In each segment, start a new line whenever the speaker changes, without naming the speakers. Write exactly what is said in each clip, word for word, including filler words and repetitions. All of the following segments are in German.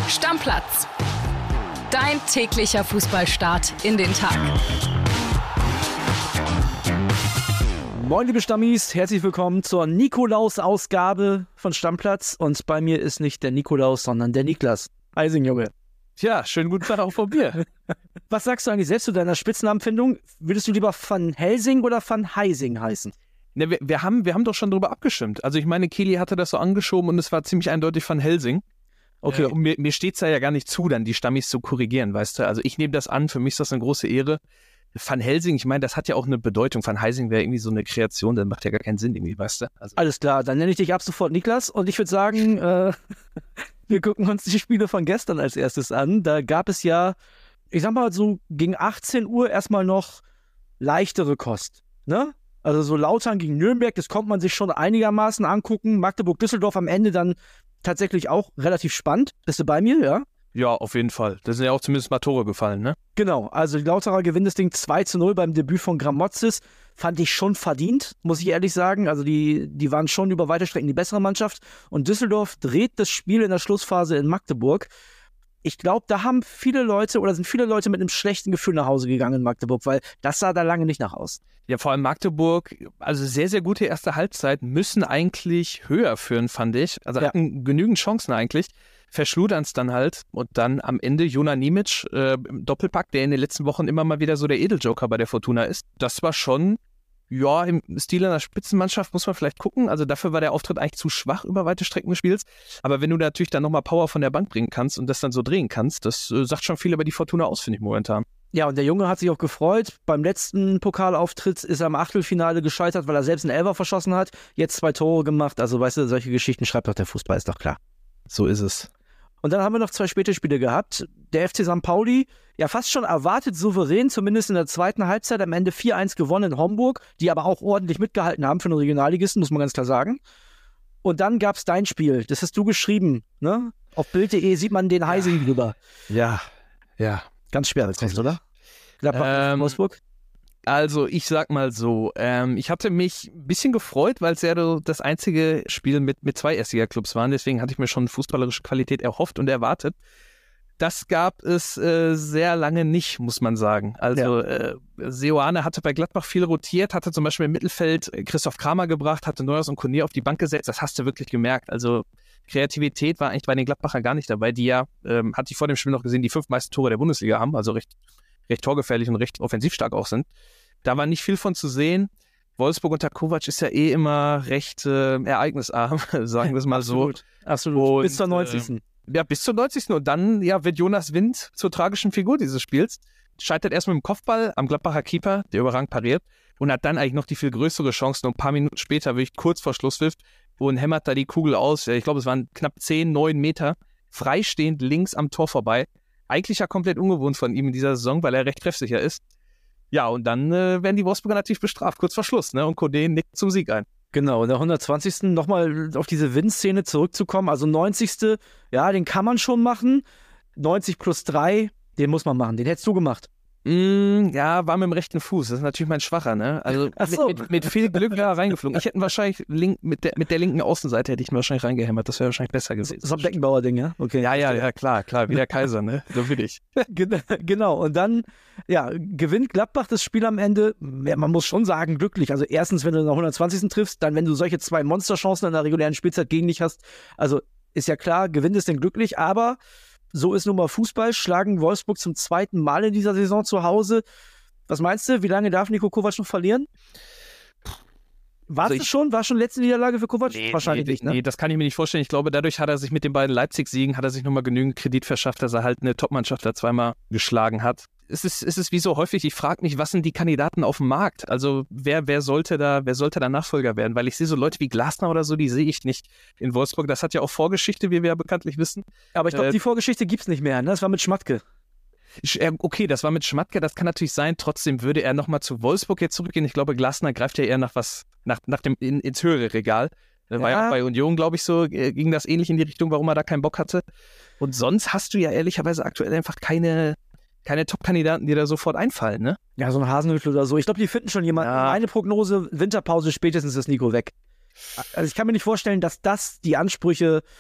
Stammplatz. Dein täglicher Fußballstart in den Tag.
Moin liebe Stammis, herzlich willkommen zur Nikolaus-Ausgabe von Stammplatz. Und bei mir ist nicht der Nikolaus, sondern der Niklas. Eising, Junge.
Tja, schönen guten Tag auch von mir.
Was sagst du eigentlich selbst zu deiner Spitznamenfindung? Würdest du lieber Van Helsing oder Van Heising heißen?
Ne, wir, wir, haben, wir haben doch schon drüber abgestimmt. Also ich meine, Kili hatte das so angeschoben und es war ziemlich eindeutig Van Helsing. Okay. Äh, und mir, mir steht es ja gar nicht zu, dann die Stammis zu korrigieren, weißt du. Also ich nehme das an, für mich ist das eine große Ehre. Van Helsing, ich meine, das hat ja auch eine Bedeutung. Van Heising wäre irgendwie so eine Kreation, das macht ja gar keinen Sinn irgendwie, weißt du. Also
alles klar, dann nenne ich dich ab sofort Niklas und ich würde sagen, äh, wir gucken uns die Spiele von gestern als erstes an. Da gab es ja, ich sag mal so gegen achtzehn Uhr erstmal noch leichtere Kost, ne? Also so Lautern gegen Nürnberg, das konnte man sich schon einigermaßen angucken. Magdeburg-Düsseldorf am Ende dann tatsächlich auch relativ spannend. Bist du bei mir, ja?
Ja, auf jeden Fall. Da sind ja auch zumindest mal Tore gefallen, ne?
Genau, also die Lauterer gewinnen das Ding zwei zu null beim Debüt von Gramotzis. Fand ich schon verdient, muss ich ehrlich sagen. Also die, die waren schon über weite Strecken die bessere Mannschaft. Und Düsseldorf dreht das Spiel in der Schlussphase in Magdeburg. Ich glaube, da haben viele Leute oder sind viele Leute mit einem schlechten Gefühl nach Hause gegangen in Magdeburg, weil das sah da lange nicht nach aus.
Ja, vor allem Magdeburg, also sehr, sehr gute erste Halbzeit, müssen eigentlich höher führen, fand ich. Also ja. hatten genügend Chancen eigentlich. Verschludern es dann halt und dann am Ende Jona Nimic äh, im Doppelpack, der in den letzten Wochen immer mal wieder so der Edeljoker bei der Fortuna ist. Das war schon, ja, im Stil einer Spitzenmannschaft muss man vielleicht gucken. Also dafür war der Auftritt eigentlich zu schwach über weite Strecken des Spiels. Aber wenn du natürlich dann nochmal Power von der Bank bringen kannst und das dann so drehen kannst, das äh, sagt schon viel über die Fortuna aus, finde ich momentan.
Ja, und der Junge hat sich auch gefreut. Beim letzten Pokalauftritt ist er im Achtelfinale gescheitert, weil er selbst einen Elfer verschossen hat. Jetzt zwei Tore gemacht. Also weißt du, solche Geschichten schreibt doch der Fußball, ist doch klar.
So ist es.
Und dann haben wir noch zwei späte Spiele gehabt. Der F C Sankt Pauli, ja fast schon erwartet souverän, zumindest in der zweiten Halbzeit, am Ende vier eins gewonnen in Homburg, die aber auch ordentlich mitgehalten haben für einen Regionalligisten, muss man ganz klar sagen. Und dann gab es dein Spiel, das hast du geschrieben, ne? Auf Bild punkt de sieht man den Heising drüber.
Ja, ja.
Ganz schwer als Text, oder? Gladbach
ähm,
Wolfsburg?
Also ich sag mal so, ähm, ich hatte mich ein bisschen gefreut, weil es ja das einzige Spiel mit, mit zwei Erstliga-Clubs waren, deswegen hatte ich mir schon fußballerische Qualität erhofft und erwartet. Das gab es äh, sehr lange nicht, muss man sagen. Also ja. äh, Seoane hatte bei Gladbach viel rotiert, hatte zum Beispiel im Mittelfeld Christoph Kramer gebracht, hatte Neuhaus und Kone auf die Bank gesetzt, das hast du wirklich gemerkt. Also Kreativität war eigentlich bei den Gladbachern gar nicht dabei, die ja, ähm, hatte ich vor dem Spiel noch gesehen, die fünf meisten Tore der Bundesliga haben, also recht recht torgefährlich und recht offensiv stark auch sind. Da war nicht viel von zu sehen. Wolfsburg unter Kovac ist ja eh immer recht äh, ereignisarm, sagen wir es mal so.
Absolut, absolut.
Und,
bis zur neunzigsten
Äh, ja, bis zur neunzigsten Und dann ja, wird Jonas Wind zur tragischen Figur dieses Spiels. Scheitert erst mit dem Kopfball am Gladbacher Keeper, der überragend pariert, und hat dann eigentlich noch die viel größere Chance, nur ein paar Minuten später, wirklich kurz vor Schlusspfiff, und hämmert da die Kugel aus. Ich glaube, es waren knapp zehn, neun Meter, freistehend links am Tor vorbei. Eigentlich ja komplett ungewohnt von ihm in dieser Saison, weil er recht treffsicher ist. Ja, und dann äh, werden die Wolfsburger natürlich bestraft, kurz vor Schluss, ne? Und Kone nickt zum Sieg ein.
Genau, in der hundertzwanzigsten nochmal auf diese Win-Szene zurückzukommen. Also neunzigste Ja, den kann man schon machen. neunzig plus drei, den muss man machen. Den hättest du gemacht.
Mm, ja, war mit dem rechten Fuß. Das ist natürlich mein schwacher, ne? Also
so.
mit, mit, mit viel Glück ja reingeflogen. Ich hätte wahrscheinlich link, mit, der, mit der linken Außenseite hätte ich mir wahrscheinlich reingehämmert. Das wäre wahrscheinlich besser gewesen.
So ein Beckenbauer-Ding, ja? Okay.
Ja, ja, ja, klar, klar. Wie der Kaiser, ne? So will ich.
Genau. Und dann, ja, gewinnt Gladbach das Spiel am Ende. Ja, man muss schon sagen, glücklich. Also erstens, wenn du in der hundertzwanzigsten triffst, dann, wenn du solche zwei Monsterchancen in der regulären Spielzeit gegen dich hast. Also ist ja klar, gewinnt es denn glücklich, aber so ist nun mal Fußball, schlagen Wolfsburg zum zweiten Mal in dieser Saison zu Hause. Was meinst du, wie lange darf Niko Kovac noch verlieren? War es also schon? War schon letzte Niederlage für Kovac?
Nee,
Wahrscheinlich
nee,
nicht, ne?
Nee, das kann ich mir nicht vorstellen. Ich glaube, dadurch hat er sich mit den beiden Leipzig-Siegen, hat er sich nochmal genügend Kredit verschafft, dass er halt eine Top-Mannschaft da zweimal geschlagen hat. Es ist, es ist wie so häufig, ich frage mich, was sind die Kandidaten auf dem Markt? Also wer, wer sollte da, wer sollte da Nachfolger werden? Weil ich sehe so Leute wie Glasner oder so, die sehe ich nicht in Wolfsburg. Das hat ja auch Vorgeschichte, wie wir ja bekanntlich wissen.
Aber ich glaube,
äh,
die Vorgeschichte gibt's nicht mehr, ne? Das war mit Schmatke.
Okay, das war mit Schmatke, das kann natürlich sein. Trotzdem würde er nochmal zu Wolfsburg jetzt zurückgehen. Ich glaube, Glasner greift ja eher nach was, nach, nach dem, in, ins höhere Regal. Das war ja auch bei Union, glaube ich, so, ging das ähnlich in die Richtung, warum er da keinen Bock hatte. Und sonst hast du ja ehrlicherweise aktuell einfach keine, keine Top-Kandidaten, die da sofort einfallen, ne?
Ja, so ein Hasenhüttl oder so. Ich glaube, die finden schon jemanden.
Ja.
Meine Prognose, Winterpause, spätestens ist Nico weg. Also ich kann mir nicht vorstellen, dass das die Ansprüche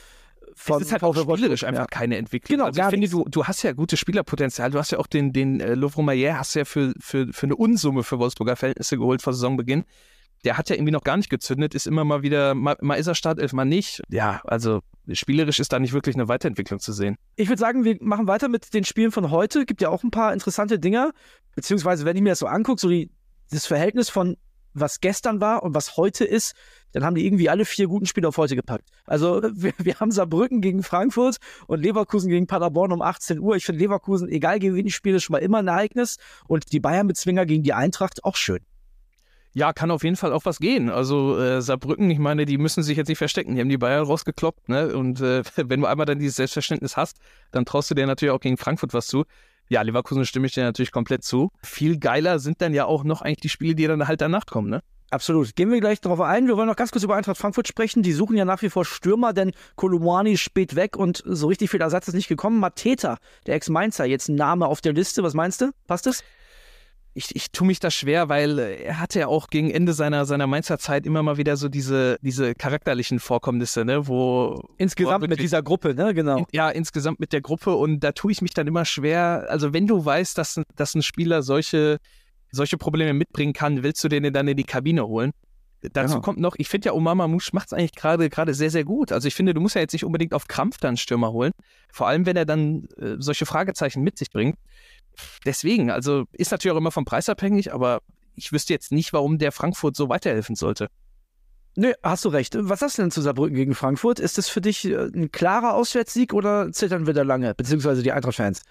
von
es ist halt
VfL
auch spielerisch
Wolfsburg,
einfach
ja.
keine Entwicklung.
Genau,
also ich
gar
finde,
nichts.
du, du hast ja gutes Spielerpotenzial. Du hast ja auch den, den äh, Lovro Mayer hast ja für, für, für eine Unsumme für Wolfsburger Verhältnisse geholt vor Saisonbeginn. Der hat ja irgendwie noch gar nicht gezündet, ist immer mal wieder, mal, mal ist er Startelf, mal nicht. Ja, also spielerisch ist da nicht wirklich eine Weiterentwicklung zu sehen.
Ich würde sagen, wir machen weiter mit den Spielen von heute. Gibt ja auch ein paar interessante Dinger. Beziehungsweise, wenn ich mir das so angucke, so die, das Verhältnis von was gestern war und was heute ist, dann haben die irgendwie alle vier guten Spiele auf heute gepackt. Also wir, wir haben Saarbrücken gegen Frankfurt und Leverkusen gegen Paderborn um achtzehn Uhr. Ich finde Leverkusen, egal gegen wen die spielen, ist schon mal immer ein Ereignis. Und die Bayern-Bezwinger gegen die Eintracht auch schön.
Ja, kann auf jeden Fall auch was gehen. Also äh, Saarbrücken, ich meine, die müssen sich jetzt nicht verstecken. Die haben die Bayern rausgekloppt, ne? Und äh, wenn du einmal dann dieses Selbstverständnis hast, dann traust du dir natürlich auch gegen Frankfurt was zu. Ja, Leverkusen stimme ich dir natürlich komplett zu. Viel geiler sind dann ja auch noch eigentlich die Spiele, die dann halt danach kommen, ne?
Absolut. Gehen wir gleich darauf ein. Wir wollen noch ganz kurz über Eintracht Frankfurt sprechen. Die suchen ja nach wie vor Stürmer, denn Kolumani ist spät weg und so richtig viel Ersatz ist nicht gekommen. Mateta, der Ex-Mainzer, jetzt ein Name auf der Liste. Was meinst du? Passt das?
Ich, ich tue mich da schwer, weil er hatte ja auch gegen Ende seiner, seiner Mainzer Zeit immer mal wieder so diese, diese charakterlichen Vorkommnisse, ne, wo...
Insgesamt
wo
mit dieser Gruppe, ne, genau.
In, ja, insgesamt mit der Gruppe und da tue ich mich dann immer schwer, also wenn du weißt, dass, dass ein Spieler solche, solche Probleme mitbringen kann, willst du den dann in die Kabine holen? Dazu
Ja.
kommt noch, ich finde ja, Omar Mamouche macht es eigentlich gerade gerade sehr, sehr gut. Also ich finde, du musst ja jetzt nicht unbedingt auf Krampf dann einen Stürmer holen, vor allem wenn er dann äh, solche Fragezeichen mit sich bringt. Deswegen, also ist natürlich auch immer vom Preis abhängig, aber ich wüsste jetzt nicht, warum der Frankfurt so weiterhelfen sollte.
Nö, hast du recht. Was sagst du denn zu Saarbrücken gegen Frankfurt? Ist das für dich äh, ein klarer Auswärtssieg oder zittern wir da lange, beziehungsweise die Eintracht-Fans?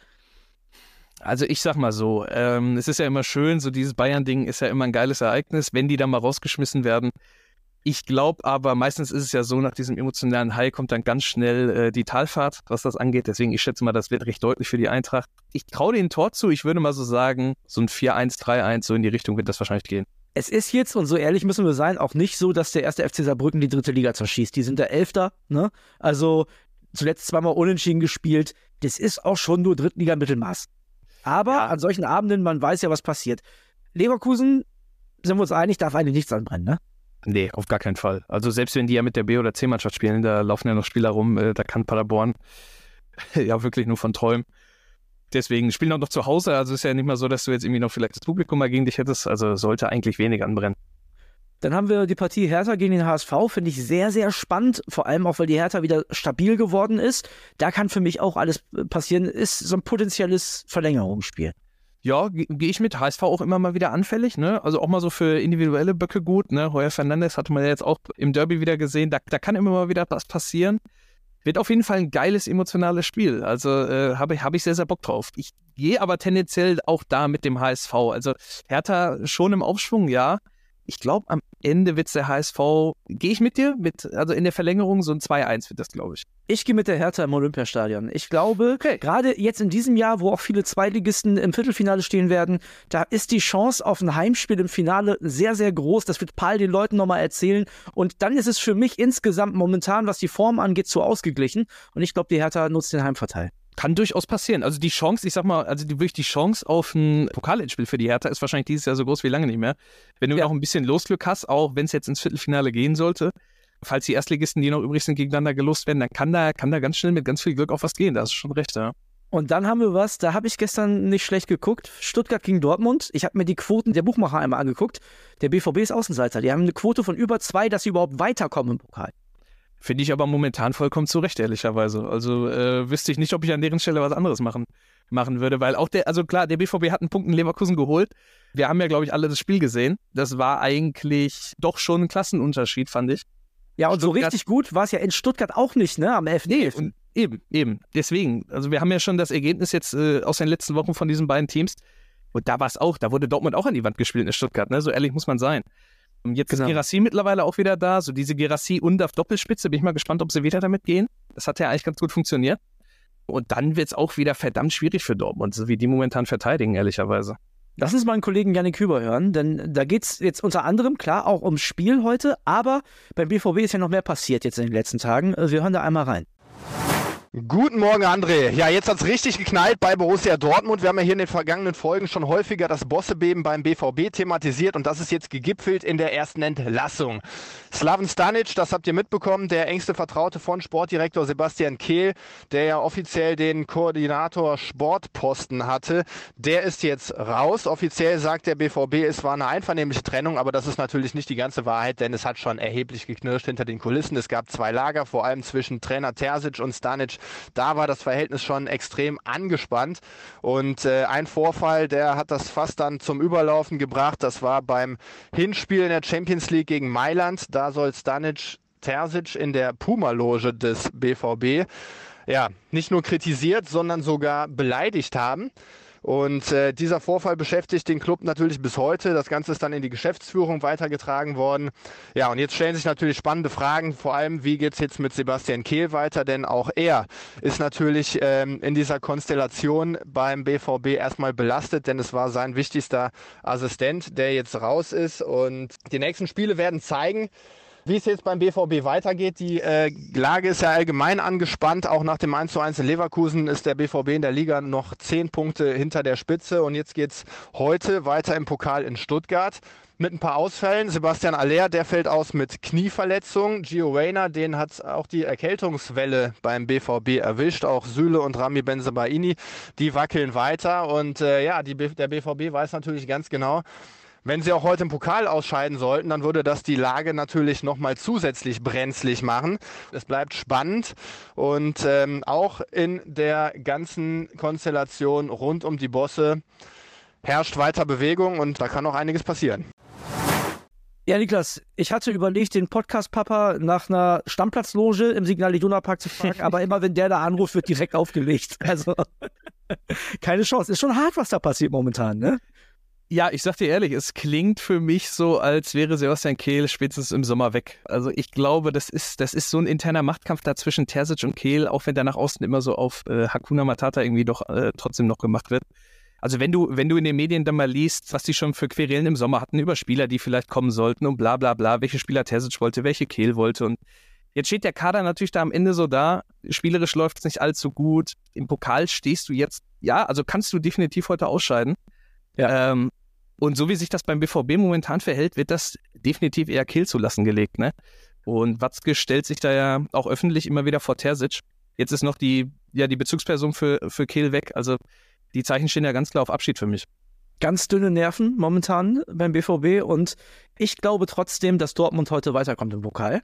Also ich sag mal so, ähm, es ist ja immer schön, so dieses Bayern-Ding ist ja immer ein geiles Ereignis, wenn die dann mal rausgeschmissen werden. Ich glaube aber, meistens ist es ja so, nach diesem emotionalen High kommt dann ganz schnell äh, die Talfahrt, was das angeht. Deswegen, ich schätze mal, das wird recht deutlich für die Eintracht. Ich traue denen ein Tor zu, ich würde mal so sagen, so ein vier eins, drei eins, so in die Richtung wird das wahrscheinlich gehen.
Es ist jetzt, und so ehrlich müssen wir sein, auch nicht so, dass der erste F C Saarbrücken die dritte Liga zerschießt. Die sind der Elfter, ne? Also zuletzt zweimal unentschieden gespielt. Das ist auch schon nur Drittliga-Mittelmaß. Aber
Ja.
an solchen Abenden, man weiß ja, was passiert. Leverkusen, sind wir uns einig, darf eigentlich nichts anbrennen, ne?
Nee, auf gar keinen Fall. Also selbst wenn die ja mit der B- oder C-Mannschaft spielen, da laufen ja noch Spieler rum, äh, da kann Paderborn ja wirklich nur von träumen. Deswegen spielen auch noch zu Hause, also ist ja nicht mal so, dass du jetzt irgendwie noch vielleicht das Publikum mal gegen dich hättest, also sollte eigentlich wenig anbrennen.
Dann haben wir die Partie Hertha gegen den H S V, finde ich sehr, sehr spannend, vor allem auch, weil die Hertha wieder stabil geworden ist. Da kann für mich auch alles passieren, ist so ein potenzielles Verlängerungsspiel.
Ja, ge- gehe ich mit. H S V auch immer mal wieder anfällig, ne? Also auch mal so für individuelle Böcke gut, ne? Heuer Fernandes hatte man ja jetzt auch im Derby wieder gesehen, da, da kann immer mal wieder was passieren. Wird auf jeden Fall ein geiles, emotionales Spiel. Also äh, habe ich, hab ich sehr, sehr Bock drauf. Ich gehe aber tendenziell auch da mit dem H S V. Also Hertha schon im Aufschwung, ja. Ich glaube, am Ende wird es der H S V, gehe ich mit dir? Mit, also in der Verlängerung so ein zwei eins wird das, glaube ich.
Ich gehe mit der Hertha im Olympiastadion. Ich glaube,
Okay.
gerade jetzt in diesem Jahr, wo auch viele Zweitligisten im Viertelfinale stehen werden, da ist die Chance auf ein Heimspiel im Finale sehr, sehr groß. Das wird Paul den Leuten nochmal erzählen. Und dann ist es für mich insgesamt momentan, was die Form angeht, so ausgeglichen. Und ich glaube, die Hertha nutzt den Heimvorteil.
Kann durchaus passieren. Also die Chance, ich sag mal, also die, wirklich die Chance auf ein Pokalendspiel für die Hertha ist wahrscheinlich dieses Jahr so groß wie lange nicht mehr. Wenn du
Ja.
noch ein bisschen Losglück hast, auch wenn es jetzt ins Viertelfinale gehen sollte, falls die Erstligisten, die noch übrig sind, gegeneinander gelost werden, dann kann da, kann da ganz schnell mit ganz viel Glück auf was gehen. Da hast du schon recht, ja.
Und dann haben wir was, da habe ich gestern nicht schlecht geguckt. Stuttgart gegen Dortmund. Ich habe mir die Quoten der Buchmacher einmal angeguckt. Der B V B ist Außenseiter. Die haben eine Quote von über zwei, dass sie überhaupt weiterkommen im Pokal.
Finde ich aber momentan vollkommen zu Recht, ehrlicherweise. Also äh, wüsste ich nicht, ob ich an deren Stelle was anderes machen, machen würde, weil auch der, also klar, der B V B hat einen Punkt in Leverkusen geholt. Wir haben ja, glaube ich, alle das Spiel gesehen. Das war eigentlich doch schon ein Klassenunterschied, fand ich.
Ja, und so
Stuttgart-
richtig gut war es ja in Stuttgart auch nicht, ne? Am elften
Nee, und eben, eben. Deswegen, also wir haben ja schon das Ergebnis jetzt äh, aus den letzten Wochen von diesen beiden Teams. Und da war es auch, da wurde Dortmund auch an die Wand gespielt in Stuttgart, ne? So ehrlich muss man sein. Und jetzt
Genau.
ist Guirassy mittlerweile auch wieder da, so diese Guirassy und auf Doppelspitze, bin ich mal gespannt, ob sie wieder damit gehen. Das hat ja eigentlich ganz gut funktioniert. Und dann wird es auch wieder verdammt schwierig für Dortmund, so wie die momentan verteidigen, ehrlicherweise.
Lass uns mal einen Kollegen Yannick Hüber hören, denn da geht es jetzt unter anderem, klar, auch ums Spiel heute, aber beim B V B ist ja noch mehr passiert jetzt in den letzten Tagen. Wir hören da einmal rein.
Guten Morgen, André. Ja, jetzt hat's richtig geknallt bei Borussia Dortmund. Wir haben ja hier in den vergangenen Folgen schon häufiger das Bossebeben beim B V B thematisiert und das ist jetzt gegipfelt in der ersten Entlassung. Slaven Stanic, das habt ihr mitbekommen, der engste Vertraute von Sportdirektor Sebastian Kehl, der ja offiziell den Koordinator Sportposten hatte, der ist jetzt raus. Offiziell sagt der B V B, es war eine einvernehmliche Trennung, aber das ist natürlich nicht die ganze Wahrheit, denn es hat schon erheblich geknirscht hinter den Kulissen. Es gab zwei Lager, vor allem zwischen Trainer Terzic und Stanic. Da war das Verhältnis schon extrem angespannt und äh, ein Vorfall, der hat das fast dann zum Überlaufen gebracht. Das war beim Hinspiel in der Champions League gegen Mailand. Da soll Stanic Terzic in der Puma-Loge des B V B ja nicht nur kritisiert, sondern sogar beleidigt haben. Und äh, dieser Vorfall beschäftigt den Club natürlich bis heute. Das Ganze ist dann in die Geschäftsführung weitergetragen worden. Ja, und jetzt stellen sich natürlich spannende Fragen, vor allem, wie geht's jetzt mit Sebastian Kehl weiter? Denn auch er ist natürlich ähm, in dieser Konstellation beim B V B erstmal belastet, denn es war sein wichtigster Assistent, der jetzt raus ist. Und die nächsten Spiele werden zeigen, wie es jetzt beim B V B weitergeht. Die äh, Lage ist ja allgemein angespannt. Auch nach dem eins zu eins in Leverkusen ist der B V B in der Liga noch zehn Punkte hinter der Spitze. Und jetzt geht's heute weiter im Pokal in Stuttgart mit ein paar Ausfällen. Sebastian Aller, der fällt aus mit Knieverletzung. Gio Reyna, den hat auch die Erkältungswelle beim B V B erwischt. Auch Süle und Rami Bensebaini, die wackeln weiter. Und äh, ja, die, der B V B weiß natürlich ganz genau, wenn sie auch heute im Pokal ausscheiden sollten, dann würde das die Lage natürlich nochmal zusätzlich brenzlig machen. Es bleibt spannend und ähm, auch in der ganzen Konstellation rund um die Bosse herrscht weiter Bewegung und da kann noch einiges passieren.
Ja, Niklas, ich hatte überlegt, den Podcast-Papa nach einer Stammplatzloge im Signal Iduna Park zu fragen, aber immer wenn der da anruft, wird direkt aufgelegt. Also keine Chance. Ist schon hart, was da passiert momentan, ne?
Ja, ich sag dir ehrlich, es klingt für mich so, als wäre Sebastian Kehl spätestens im Sommer weg. Also ich glaube, das ist das ist so ein interner Machtkampf da zwischen Terzic und Kehl, auch wenn da nach außen immer so auf äh, Hakuna Matata irgendwie doch äh, trotzdem noch gemacht wird. Also wenn du wenn du in den Medien dann mal liest, was die schon für Querelen im Sommer hatten über Spieler, die vielleicht kommen sollten und bla bla bla, welche Spieler Terzic wollte, welche Kehl wollte und jetzt steht der Kader natürlich da am Ende so da, spielerisch läuft es nicht allzu gut, im Pokal stehst du jetzt, ja, also kannst du definitiv heute ausscheiden. Ja. Ähm, Und so wie sich das beim B V B momentan verhält, wird das definitiv eher Kehl zu lassen gelegt, ne? Und Watzke stellt sich da ja auch öffentlich immer wieder vor Terzic. Jetzt ist noch die, ja, die Bezugsperson für, für Kehl weg. Also die Zeichen stehen ja ganz klar auf Abschied für mich.
Ganz dünne Nerven momentan beim B V B und ich glaube trotzdem, dass Dortmund heute weiterkommt im Pokal.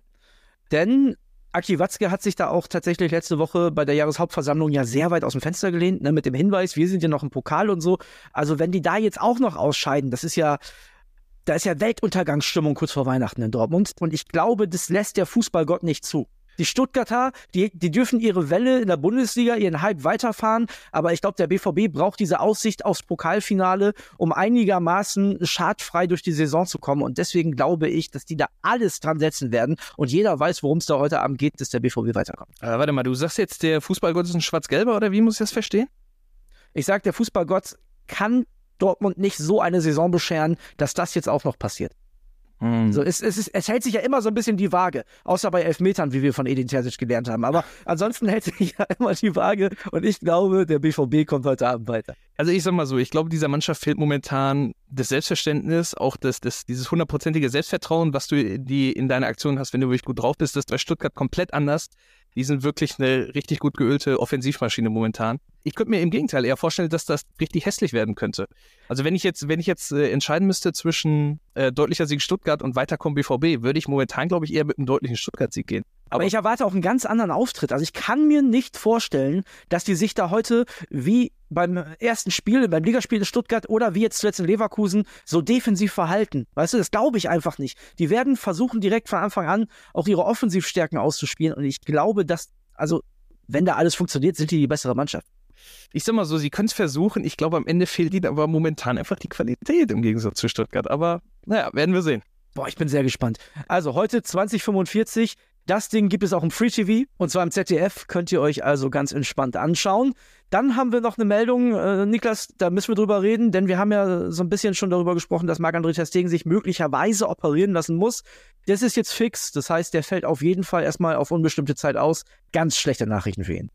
Denn Aki Watzke hat sich da auch tatsächlich letzte Woche bei der Jahreshauptversammlung ja sehr weit aus dem Fenster gelehnt, ne, mit dem Hinweis, wir sind ja noch im Pokal und so. Also wenn die da jetzt auch noch ausscheiden, das ist ja, da ist ja Weltuntergangsstimmung kurz vor Weihnachten in Dortmund. Und ich glaube, das lässt der Fußballgott nicht zu. Die Stuttgarter, die, die dürfen ihre Welle in der Bundesliga, ihren Hype weiterfahren, aber ich glaube, der B V B braucht diese Aussicht aufs Pokalfinale, um einigermaßen schadfrei durch die Saison zu kommen und deswegen glaube ich, dass die da alles dran setzen werden und jeder weiß, worum es da heute Abend geht, dass der B V B weiterkommt.
Aber warte mal, du sagst jetzt, der Fußballgott ist ein Schwarz-Gelber oder wie muss ich das verstehen?
Ich sag, der Fußballgott kann Dortmund nicht so eine Saison bescheren, dass das jetzt auch noch passiert. Hm. So, es, es, ist, es hält sich ja immer so ein bisschen die Waage, außer bei Elfmetern, wie wir von Edin Terzic gelernt haben. Aber ansonsten hält sich ja immer die Waage und ich glaube, der B V B kommt heute Abend weiter.
Also ich sag mal so, ich glaube, dieser Mannschaft fehlt momentan das Selbstverständnis, auch das, das, dieses hundertprozentige Selbstvertrauen, was du in, die, in deiner Aktion hast, wenn du wirklich gut drauf bist. Das ist bei Stuttgart komplett anders. Die sind wirklich eine richtig gut geölte Offensivmaschine momentan. Ich könnte mir im Gegenteil eher vorstellen, dass das richtig hässlich werden könnte. Also wenn ich jetzt, wenn ich jetzt äh, entscheiden müsste zwischen äh, deutlicher Sieg Stuttgart und Weiterkommen B V B, würde ich momentan, glaube ich, eher mit einem deutlichen Stuttgart-Sieg gehen.
Aber, Aber ich erwarte auch einen ganz anderen Auftritt. Also ich kann mir nicht vorstellen, dass die sich da heute wie beim ersten Spiel, beim Ligaspiel in Stuttgart oder wie jetzt zuletzt in Leverkusen so defensiv verhalten. Weißt du, das glaube ich einfach nicht. Die werden versuchen, direkt von Anfang an auch ihre Offensivstärken auszuspielen. Und ich glaube, dass, also wenn da alles funktioniert, sind die die bessere Mannschaft.
Ich sag mal so, sie können es versuchen. Ich glaube, am Ende fehlt ihnen aber momentan einfach die Qualität im Gegensatz zu Stuttgart. Aber naja, werden wir sehen.
Boah, ich bin sehr gespannt. Also heute zwanzig fünfundvierzig. Das Ding gibt es auch im Free T V und zwar im Z D F, könnt ihr euch also ganz entspannt anschauen. Dann haben wir noch eine Meldung, äh, Niklas, da müssen wir drüber reden, denn wir haben ja so ein bisschen schon darüber gesprochen, dass Marc-André ter Stegen sich möglicherweise operieren lassen muss. Das ist jetzt fix, das heißt, der fällt auf jeden Fall erstmal auf unbestimmte Zeit aus. Ganz schlechte Nachrichten für ihn.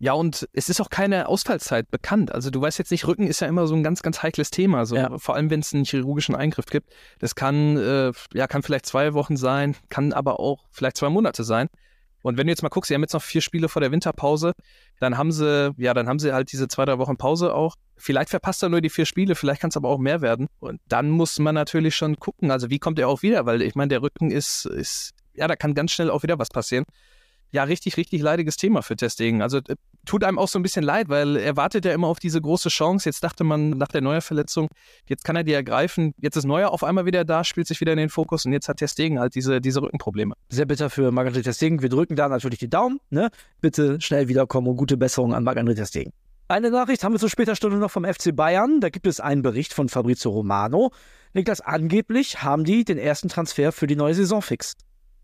Ja, und es ist auch keine Ausfallzeit bekannt. Also du weißt jetzt nicht, Rücken ist ja immer so ein ganz, ganz heikles Thema. So, ja. Vor allem, wenn es einen chirurgischen Eingriff gibt. Das kann, äh, ja, kann vielleicht zwei Wochen sein, kann aber auch vielleicht zwei Monate sein. Und wenn du jetzt mal guckst, sie haben jetzt noch vier Spiele vor der Winterpause, dann haben sie, ja, dann haben sie halt diese zwei, drei Wochen Pause auch. Vielleicht verpasst er nur die vier Spiele, vielleicht kann es aber auch mehr werden. Und dann muss man natürlich schon gucken, also wie kommt er auch wieder? Weil ich meine, der Rücken ist, ist, ja, da kann ganz schnell auch wieder was passieren. Ja, richtig, richtig leidiges Thema für Ter Stegen. Also äh, tut einem auch so ein bisschen leid, weil er wartet ja immer auf diese große Chance. Jetzt dachte man nach der Neuer-Verletzung, jetzt kann er die ergreifen. Jetzt ist Neuer auf einmal wieder da, spielt sich wieder in den Fokus und jetzt hat Ter Stegen halt diese, diese Rückenprobleme.
Sehr bitter für Marc-André Ter Stegen. Wir drücken da natürlich die Daumen. Ne? Bitte schnell wiederkommen und gute Besserung an Marc-André Ter Stegen. Eine Nachricht haben wir zu später Stunde noch vom F C Bayern. Da gibt es einen Bericht von Fabrizio Romano. Niklas, angeblich haben die den ersten Transfer für die neue Saison fix.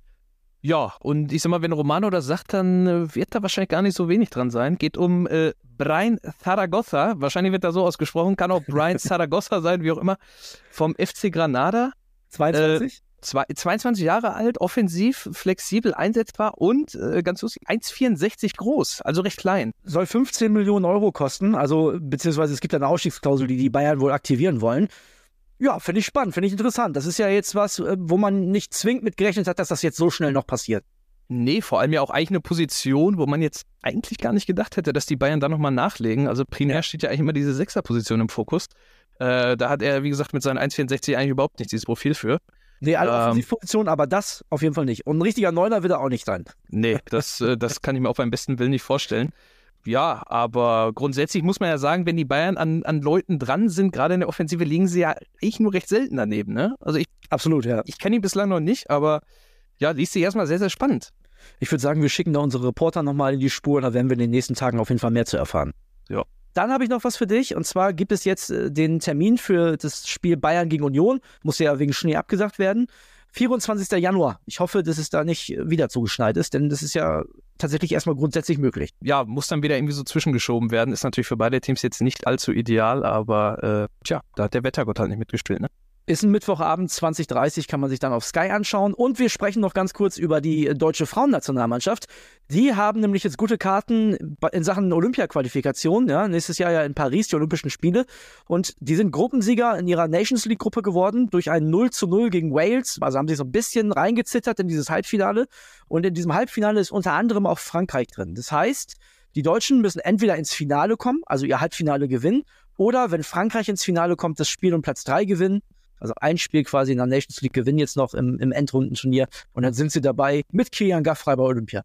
Ja, und ich sag mal, wenn Romano das sagt, dann äh, wird da wahrscheinlich gar nicht so wenig dran sein. Geht um äh, Brian Zaragoza, wahrscheinlich wird da so ausgesprochen, kann auch Brian Zaragoza sein, wie auch immer, vom F C Granada.
zweiundzwanzig?
Äh, zwei, zweiundzwanzig Jahre alt, offensiv, flexibel einsetzbar und, äh, ganz lustig, eins Komma vierundsechzig groß, also recht klein.
Soll fünfzehn Millionen Euro kosten, also beziehungsweise es gibt eine Ausstiegsklausel, die die Bayern wohl aktivieren wollen. Ja, finde ich spannend, finde ich interessant. Das ist ja jetzt was, wo man nicht zwingend mit gerechnet hat, dass das jetzt so schnell noch passiert.
Nee, vor allem ja auch eigentlich eine Position, wo man jetzt eigentlich gar nicht gedacht hätte, dass die Bayern da nochmal nachlegen. Also primär ja. steht ja eigentlich immer diese Sechser-Position im Fokus. Äh, da hat er, wie gesagt, mit seinen eins Komma vierundsechzig eigentlich überhaupt nicht dieses Profil für.
Nee, alle ähm, Offensivpositionen, aber das auf jeden Fall nicht. Und ein richtiger Neuner wird er auch nicht sein.
Nee, das, äh, das kann ich mir auch beim besten Willen nicht vorstellen. Ja, aber grundsätzlich muss man ja sagen, wenn die Bayern an, an Leuten dran sind, gerade in der Offensive, liegen sie ja eigentlich nur recht selten daneben, ne? Also ich,
absolut, ja.
Ich kenne ihn bislang noch nicht, aber ja, liest sich erstmal sehr, sehr spannend.
Ich würde sagen, wir schicken da unsere Reporter nochmal in die Spur, da werden wir in den nächsten Tagen auf jeden Fall mehr zu erfahren.
Ja.
Dann habe ich noch was für dich, und zwar gibt es jetzt äh, den Termin für das Spiel Bayern gegen Union, muss ja wegen Schnee abgesagt werden. vierundzwanzigster Januar. Ich hoffe, dass es da nicht wieder zugeschneit ist, denn das ist ja tatsächlich erstmal grundsätzlich möglich.
Ja, muss dann wieder irgendwie so zwischengeschoben werden. Ist natürlich für beide Teams jetzt nicht allzu ideal, aber äh, tja, da hat der Wettergott halt nicht mitgespielt, ne?
Ist ein Mittwochabend, zwanzig Uhr dreißig, kann man sich dann auf Sky anschauen. Und wir sprechen noch ganz kurz über die deutsche Frauennationalmannschaft. Die haben nämlich jetzt gute Karten in Sachen Olympia-Qualifikation. Ja, nächstes Jahr ja in Paris die Olympischen Spiele. Und die sind Gruppensieger in ihrer Nations League-Gruppe geworden durch ein null zu null gegen Wales. Also haben sich so ein bisschen reingezittert in dieses Halbfinale. Und in diesem Halbfinale ist unter anderem auch Frankreich drin. Das heißt, die Deutschen müssen entweder ins Finale kommen, also ihr Halbfinale gewinnen, oder wenn Frankreich ins Finale kommt, das Spiel um Platz drei gewinnen. Also ein Spiel quasi in der Nations League gewinnen jetzt noch im, im Endrundenturnier. Und dann sind sie dabei mit Kilian Gaffrey bei Olympia.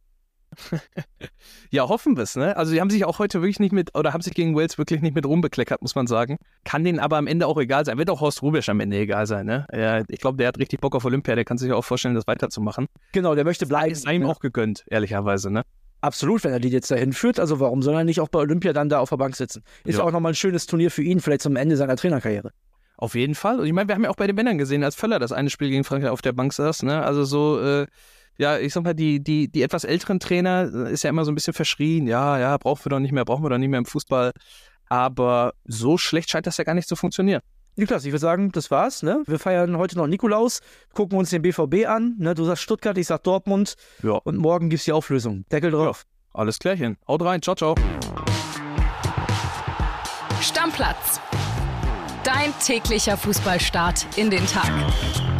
Ja, hoffen wir es, ne? Also die haben sich auch heute wirklich nicht mit, oder haben sich gegen Wales wirklich nicht mit rumbekleckert, muss man sagen. Kann denen aber am Ende auch egal sein. Wird auch Horst Rubisch am Ende egal sein, ne? Ja, ich glaube, der hat richtig Bock auf Olympia, der kann sich auch vorstellen, das weiterzumachen.
Genau, der möchte bleiben.
Ist ihm
ne?
auch gegönnt, ehrlicherweise, ne?
Absolut, wenn er die jetzt dahin führt. Also warum soll er nicht auch bei Olympia dann da auf der Bank sitzen? Ist ja auch nochmal ein schönes Turnier für ihn, vielleicht zum Ende seiner Trainerkarriere.
Auf jeden Fall. Und ich meine, wir haben ja auch bei den Männern gesehen, als Völler das eine Spiel gegen Frankreich auf der Bank saß, ne? Also so, äh, ja, ich sag mal, die, die, die etwas älteren Trainer ist ja immer so ein bisschen verschrien. Ja, ja, brauchen wir doch nicht mehr, brauchen wir doch nicht mehr im Fußball. Aber so schlecht scheint das ja gar nicht zu funktionieren.
Niklas, ich würde sagen, das war's, ne? Wir feiern heute noch Nikolaus, gucken uns den B V B an, ne? Du sagst Stuttgart, ich sag Dortmund.
Ja.
Und morgen gibt's die Auflösung. Deckel drauf.
Ja, alles klärchen. Haut rein. Ciao, ciao.
Stammplatz. Dein täglicher Fußballstart in den Tag.